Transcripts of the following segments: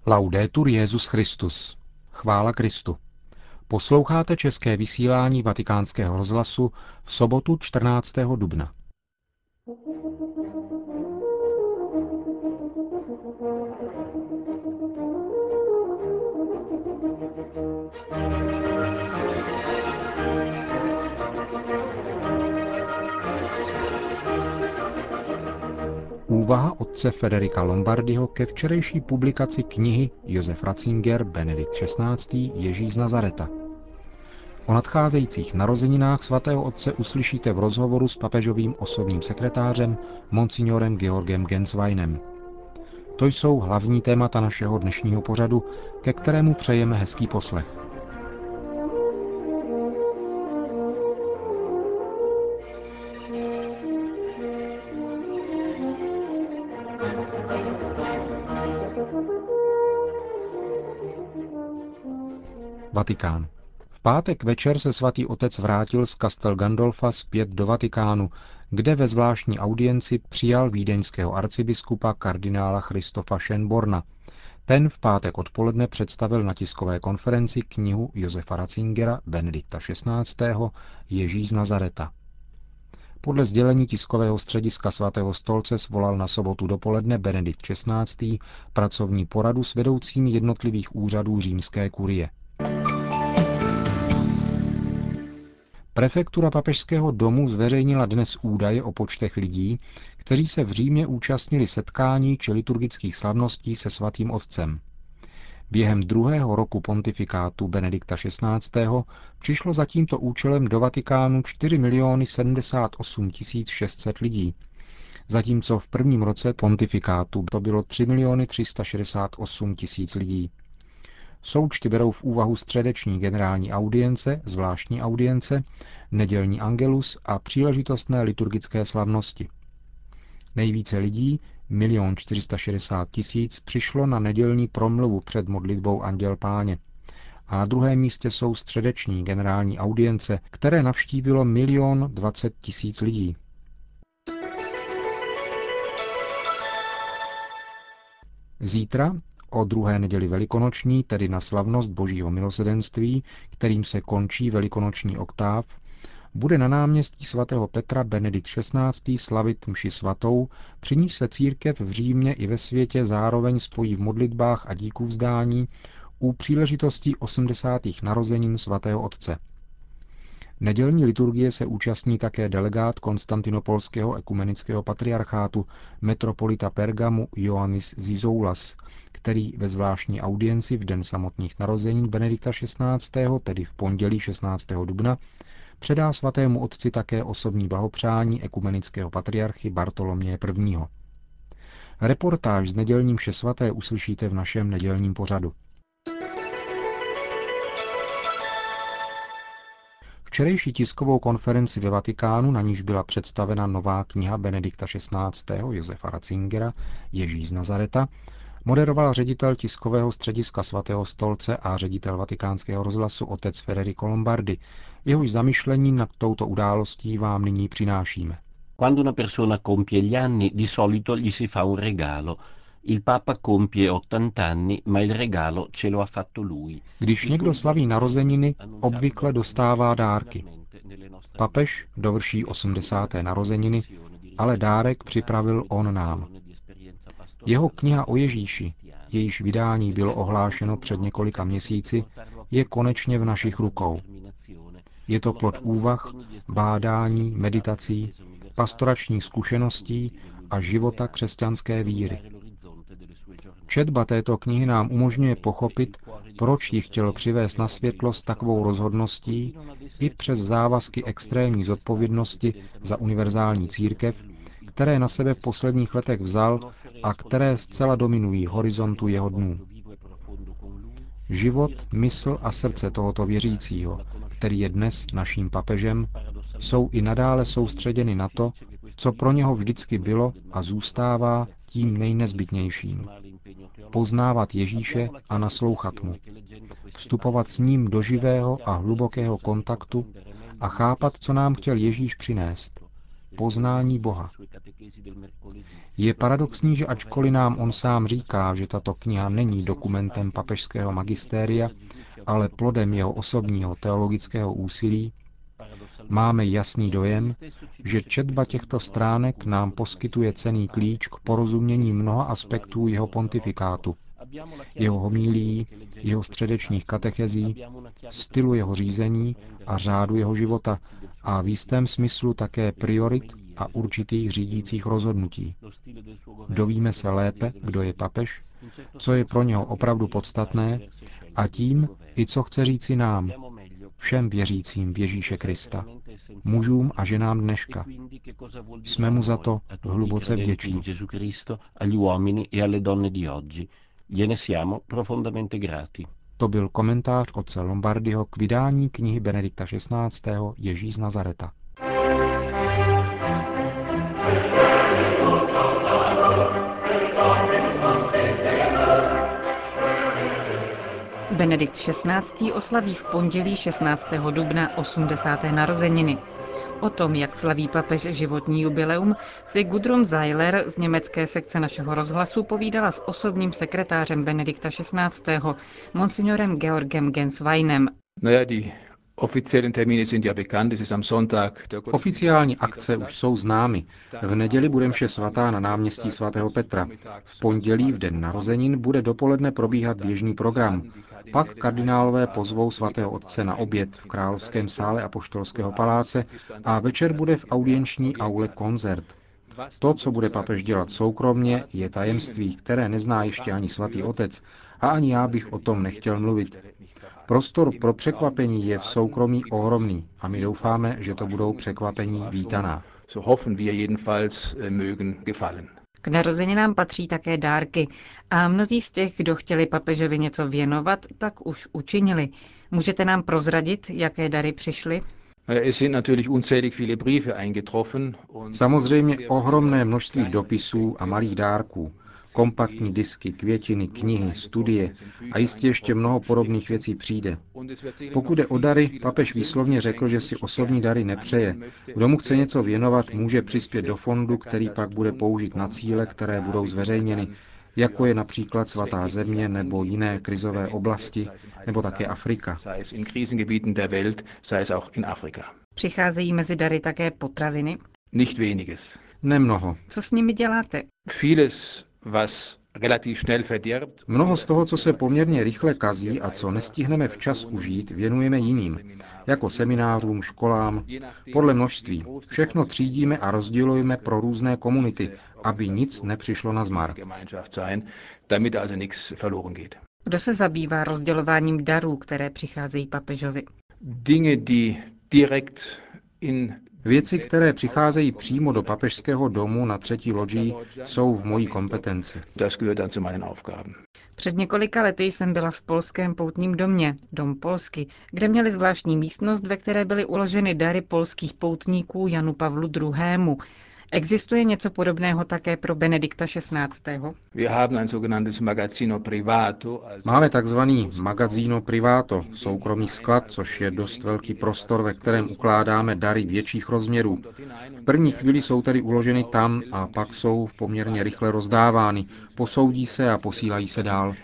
Laudetur Jesus Christus. Chvála Kristu. Posloucháte české vysílání Vatikánského rozhlasu v sobotu 14. dubna. Úvaha otce Federica Lombardiho ke včerejší publikaci knihy Josef Ratzinger, Benedikt XVI. Ježíš z Nazareta. O nadcházejících narozeninách svatého otce uslyšíte v rozhovoru s papežovým osobním sekretářem monsignorem Georgem Gensweinem. To jsou hlavní témata našeho dnešního pořadu, ke kterému přejeme hezký poslech. Vatikán. V pátek večer se svatý otec vrátil z Castel Gandolfa zpět do Vatikánu, kde ve zvláštní audienci přijal vídeňského arcibiskupa kardinála Christofa Schönborna. Ten v pátek odpoledne představil na tiskové konferenci knihu Josefa Ratzingera, Benedikta XVI. Ježíš z Nazareta. Podle sdělení tiskového střediska svatého stolce svolal na sobotu dopoledne Benedikt XVI. Pracovní poradu s vedoucími jednotlivých úřadů římské kurie. Prefektura papežského domu zveřejnila dnes údaje o počtech lidí, kteří se v Římě účastnili setkání či liturgických slavností se svatým otcem. Během druhého roku pontifikátu Benedikta XVI. Přišlo za tímto účelem do Vatikánu 4 078 600 lidí, zatímco v prvním roce pontifikátu to bylo 3 368 000 lidí. Součty berou v úvahu středeční generální audience, zvláštní audience, nedělní angelus a příležitostné liturgické slavnosti. Nejvíce lidí, 1 460 000, přišlo na nedělní promluvu před modlitbou Anděl Páně. A na druhém místě jsou středeční generální audience, které navštívilo 1 020 000 lidí. Zítra, o druhé neděli velikonoční, tedy na slavnost Božího milosrdenství, kterým se končí velikonoční oktáv, bude na náměstí svatého Petra Benedikt XVI. Slavit mši svatou, při níž se církev v Římě i ve světě zároveň spojí v modlitbách a díkuvzdání u příležitostí 80. narozenin svatého otce. Nedělní liturgie se účastní také delegát konstantinopolského ekumenického patriarchátu metropolita Pergamu Ioannis Zizoulas, který ve zvláštní audienci v den samotných narozenin Benedikta XVI., tedy v pondělí 16. dubna, předá svatému otci také osobní blahopřání ekumenického patriarchy Bartoloměje I. Reportáž z nedělní mše svaté uslyšíte v našem nedělním pořadu. Včerejší tiskovou konferenci ve Vatikánu, na níž byla představena nová kniha Benedikta XVI. Josefa Ratzingera Ježíš z Nazareta, moderoval ředitel tiskového střediska svatého stolce a ředitel Vatikánského rozhlasu otec Federico Lombardi. Jehož zamyšlení nad touto událostí vám nyní přinášíme. Quando una persona compie gli anni, di solito gli si fa un regalo. Il Papa compie 80 anni, ma il regalo ce lo ha fatto lui. Když někdo slaví narozeniny, obvykle dostává dárky. Papež dovrší 80. narozeniny, ale dárek připravil on nám. Jeho kniha o Ježíši, jejíž vydání bylo ohlášeno před několika měsíci, je konečně v našich rukou. Je to plod úvah, bádání, meditací, pastoračních zkušeností a života křesťanské víry. Četba této knihy nám umožňuje pochopit, proč ji chtěl přivést na světlo s takovou rozhodností i přes závazky extrémní zodpovědnosti za univerzální církev, které na sebe v posledních letech vzal a které zcela dominují horizontu jeho dnů. Život, mysl a srdce tohoto věřícího, který je dnes naším papežem, jsou i nadále soustředěny na to, co pro něho vždycky bylo a zůstává tím nejnezbytnějším. Poznávat Ježíše a naslouchat mu. Vstupovat s ním do živého a hlubokého kontaktu a chápat, co nám chtěl Ježíš přinést. poznání Boha. Je paradoxní, že ačkoliv nám on sám říká, že tato kniha není dokumentem papežského magistéria, ale plodem jeho osobního teologického úsilí, máme jasný dojem, že četba těchto stránek nám poskytuje cenný klíč k porozumění mnoha aspektů jeho pontifikátu, jeho homílií, jeho středečních katechezí, stylu jeho řízení a řádu jeho života a v jistém smyslu také priorit a určitých řídících rozhodnutí. Dovíme se lépe, kdo je papež, co je pro něho opravdu podstatné a tím i co chce říci nám, všem věřícím v Ježíše Krista, mužům a ženám dneška. Jsme mu za to hluboce vděční. To byl komentář otce Lombardiho k vydání knihy Benedikta XVI. Ježí z Nazareta. Benedikt XVI. Oslaví v pondělí 16. dubna 80. narozeniny. O tom, jak slaví papež životní jubileum, si Gudrun Seiler z německé sekce našeho rozhlasu povídala s osobním sekretářem Benedikta XVI., monsignorem Georgem Gensweinem. Oficiální akce už jsou známy. V neděli bude mše svatá na náměstí svatého Petra. V pondělí, v den narozenin, bude dopoledne probíhat běžný program. Pak kardinálové pozvou svatého otce na oběd v Královském sále Apoštolského paláce a večer bude v audienční aule koncert. To, co bude papež dělat soukromně, je tajemství, které nezná ještě ani svatý otec a ani já bych o tom nechtěl mluvit. Prostor pro překvapení je v soukromí ohromný a my doufáme, že to budou překvapení vítaná. K narozeninám patří také dárky a mnozí z těch, kdo chtěli papežovi něco věnovat, tak už učinili. Můžete nám prozradit, jaké dary přišly? Samozřejmě ohromné množství dopisů a malých dárků, kompaktní disky, květiny, knihy, studie a jistě ještě mnoho podobných věcí přijde. Pokud jde o dary, papež výslovně řekl, že si osobní dary nepřeje. Kdo mu chce něco věnovat, může přispět do fondu, který pak bude použit na cíle, které budou zveřejněny, jako je například Svatá země nebo jiné krizové oblasti, nebo také Afrika. Přicházejí mezi dary také potraviny? Nemnoho. Co s nimi děláte? Mnoho z toho, co se poměrně rychle kazí a co nestihneme včas užít, věnujeme jiným, jako seminářům, školám, podle množství. Všechno třídíme a rozdělujeme pro různé komunity, aby nic nepřišlo na zmar. Kdo se zabývá rozdělováním darů, které přicházejí papežovi? Věci, které přicházejí přímo do papežského domu na třetí lodži, jsou v mojí kompetenci. Před několika lety jsem byla v polském poutním domě, Dom Polsky, kde měli zvláštní místnost, ve které byly uloženy dary polských poutníků Janu Pavlu II. Existuje něco podobného také pro Benedikta XVI. Máme takzvaný magazíno privato, soukromý sklad, což je dost velký prostor, ve kterém ukládáme dary větších rozměrů. V první chvíli jsou tedy uloženy tam a pak jsou poměrně rychle rozdávány, posoudí se a posílají se dál.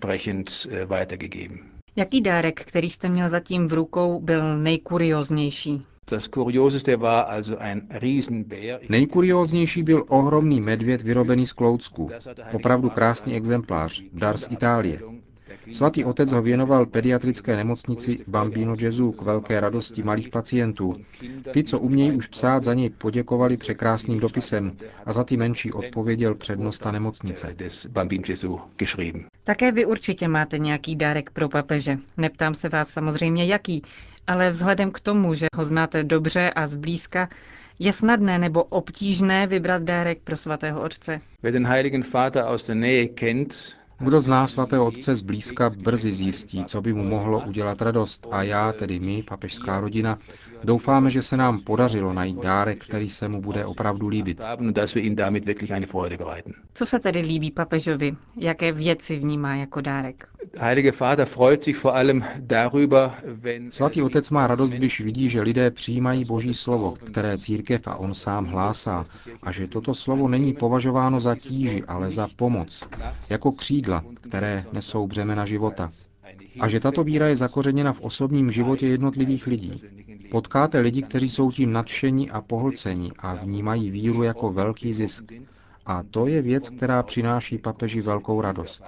Jaký dárek, který jste měl zatím v rukou, byl nejkurióznější? Nejkurióznější byl ohromný medvěd vyrobený z kloucku. Opravdu krásný exemplář, dar z Itálie. Svatý otec ho věnoval pediatrické nemocnici Bambino Gesù k velké radosti malých pacientů. Ty, co umějí už psát, za něj poděkovali překrásným dopisem a za ty menší odpověděl přednosta nemocnice. Také vy určitě máte nějaký dárek pro papeže. Neptám se vás samozřejmě jaký, ale vzhledem k tomu, že ho znáte dobře a zblízka, je snadné nebo obtížné vybrat dárek pro svatého otce? Kdo zná svatého otce zblízka, brzy zjistí, co by mu mohlo udělat radost a já, tedy my, papežská rodina, doufáme, že se nám podařilo najít dárek, který se mu bude opravdu líbit. Co se tedy líbí papežovi? Jaké věci vnímá jako dárek? Svatý otec má radost, když vidí, že lidé přijímají Boží slovo, které církev a on sám hlásá, a že toto slovo není považováno za tíži, ale za pomoc, jako křídla, které nesou břemena života. A že tato víra je zakořeněna v osobním životě jednotlivých lidí. Potkáte lidi, kteří jsou tím nadšeni a pohlceni a vnímají víru jako velký zisk. A to je věc, která přináší papeži velkou radost.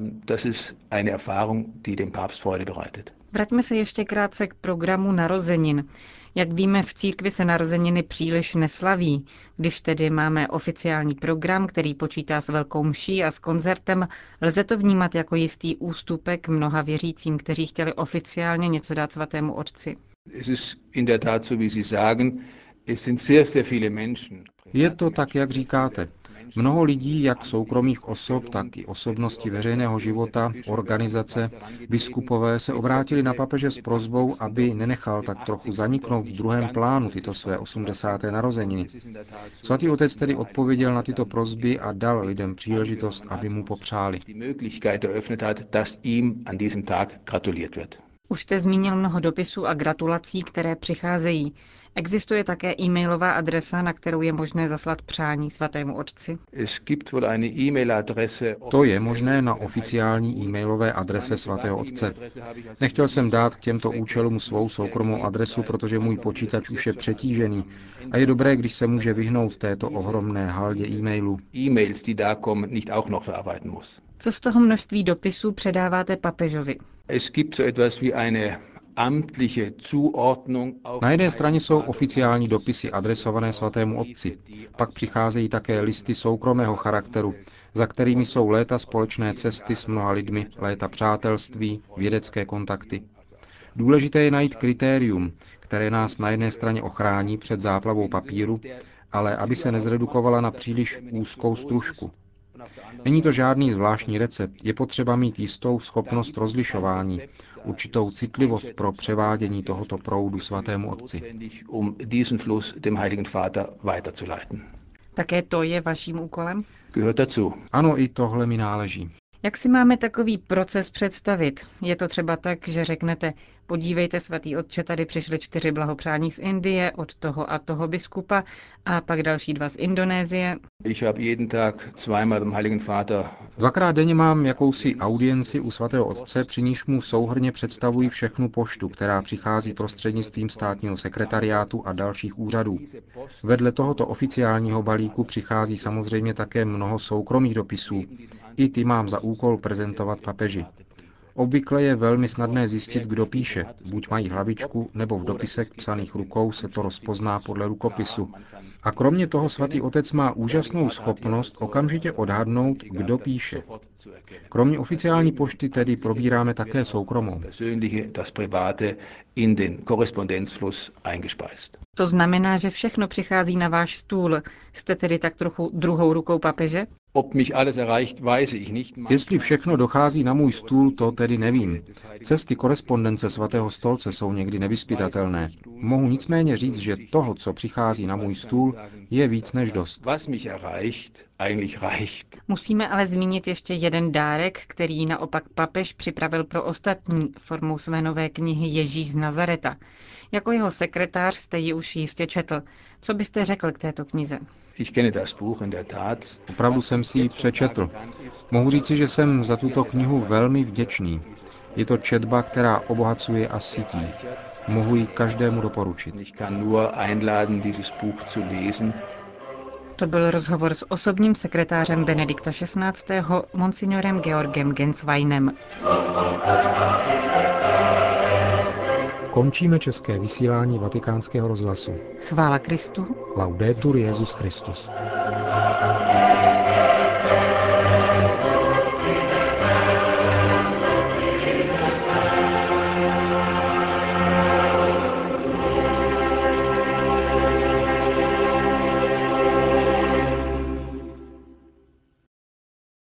Vraťme se ještě krátce k programu narozenin. Jak víme, v církvi se narozeniny příliš neslaví. Když tedy máme oficiální program, který počítá s velkou mší a s koncertem, lze to vnímat jako jistý ústupek mnoha věřícím, kteří chtěli oficiálně něco dát svatému otci. Je to tak, jak říkáte. Mnoho lidí, jak soukromých osob, tak i osobnosti veřejného života, organizace, biskupové se obrátili na papeže s prosbou, aby nenechal tak trochu zaniknout v druhém plánu tyto své 80. narozeniny. Svatý otec tedy odpověděl na tyto prosby a dal lidem příležitost, aby mu popřáli. Už jste zmínil mnoho dopisů a gratulací, které přicházejí. Existuje také e-mailová adresa, na kterou je možné zaslat přání svatému otci? To je možné na oficiální e-mailové adrese svatého otce. Nechtěl jsem dát k těmto účelům svou soukromou adresu, protože můj počítač už je přetížený a je dobré, když se může vyhnout této ohromné haldě e-mailů. Co z toho množství dopisů předáváte papežovi? Na jedné straně jsou oficiální dopisy adresované svatému otci, pak přicházejí také listy soukromého charakteru, za kterými jsou léta společné cesty s mnoha lidmi, léta přátelství, vědecké kontakty. Důležité je najít kritérium, které nás na jedné straně ochrání před záplavou papíru, ale aby se nezredukovala na příliš úzkou stružku. Není to žádný zvláštní recept, je potřeba mít jistou schopnost rozlišování, určitou citlivost pro převádění tohoto proudu svatému otci. Také to je vaším úkolem? Ano, i tohle mi náleží. Jak si máme takový proces představit? Je to třeba tak, že řeknete, podívejte, svatý otče, tady přišly 4 blahopřání z Indie od toho a toho biskupa a pak další 2 z Indonésie. Dvakrát denně mám jakousi audienci u svatého otce, při níž mu souhrnně představuji všechnu poštu, která přichází prostřednictvím státního sekretariátu a dalších úřadů. Vedle tohoto oficiálního balíku přichází samozřejmě také mnoho soukromých dopisů. I ty mám za úkol prezentovat papeži. Obvykle je velmi snadné zjistit, kdo píše. Buď mají hlavičku, nebo v dopisech psaných rukou se to rozpozná podle rukopisu. A kromě toho svatý otec má úžasnou schopnost okamžitě odhadnout, kdo píše. Kromě oficiální pošty tedy probíráme také soukromou. To znamená, že všechno přichází na váš stůl. Jste tedy tak trochu druhou rukou papeže? Jestli všechno dochází na můj stůl, to tedy nevím. Cesty korespondence svatého stolce jsou někdy nevyzpytatelné. Mohu nicméně říct, že toho, co přichází na můj stůl, je víc než dost. Musíme ale zmínit ještě jeden dárek, který naopak papež připravil pro ostatní formou své nové knihy Ježíš z Nazareta. Jako jeho sekretář jste ji už jistě četl. Co byste řekl k této knize? Opravdu jsem si ji přečetl. Mohu říci, že jsem za tuto knihu velmi vděčný. Je to četba, která obohacuje a sytí. Mohu ji každému doporučit. To byl rozhovor s osobním sekretářem Benedikta XVI. Monsignorem Georgem Gensweinem. Končíme české vysílání Vatikánského rozhlasu. Chvála Kristu. Laudetur Jesus Christus.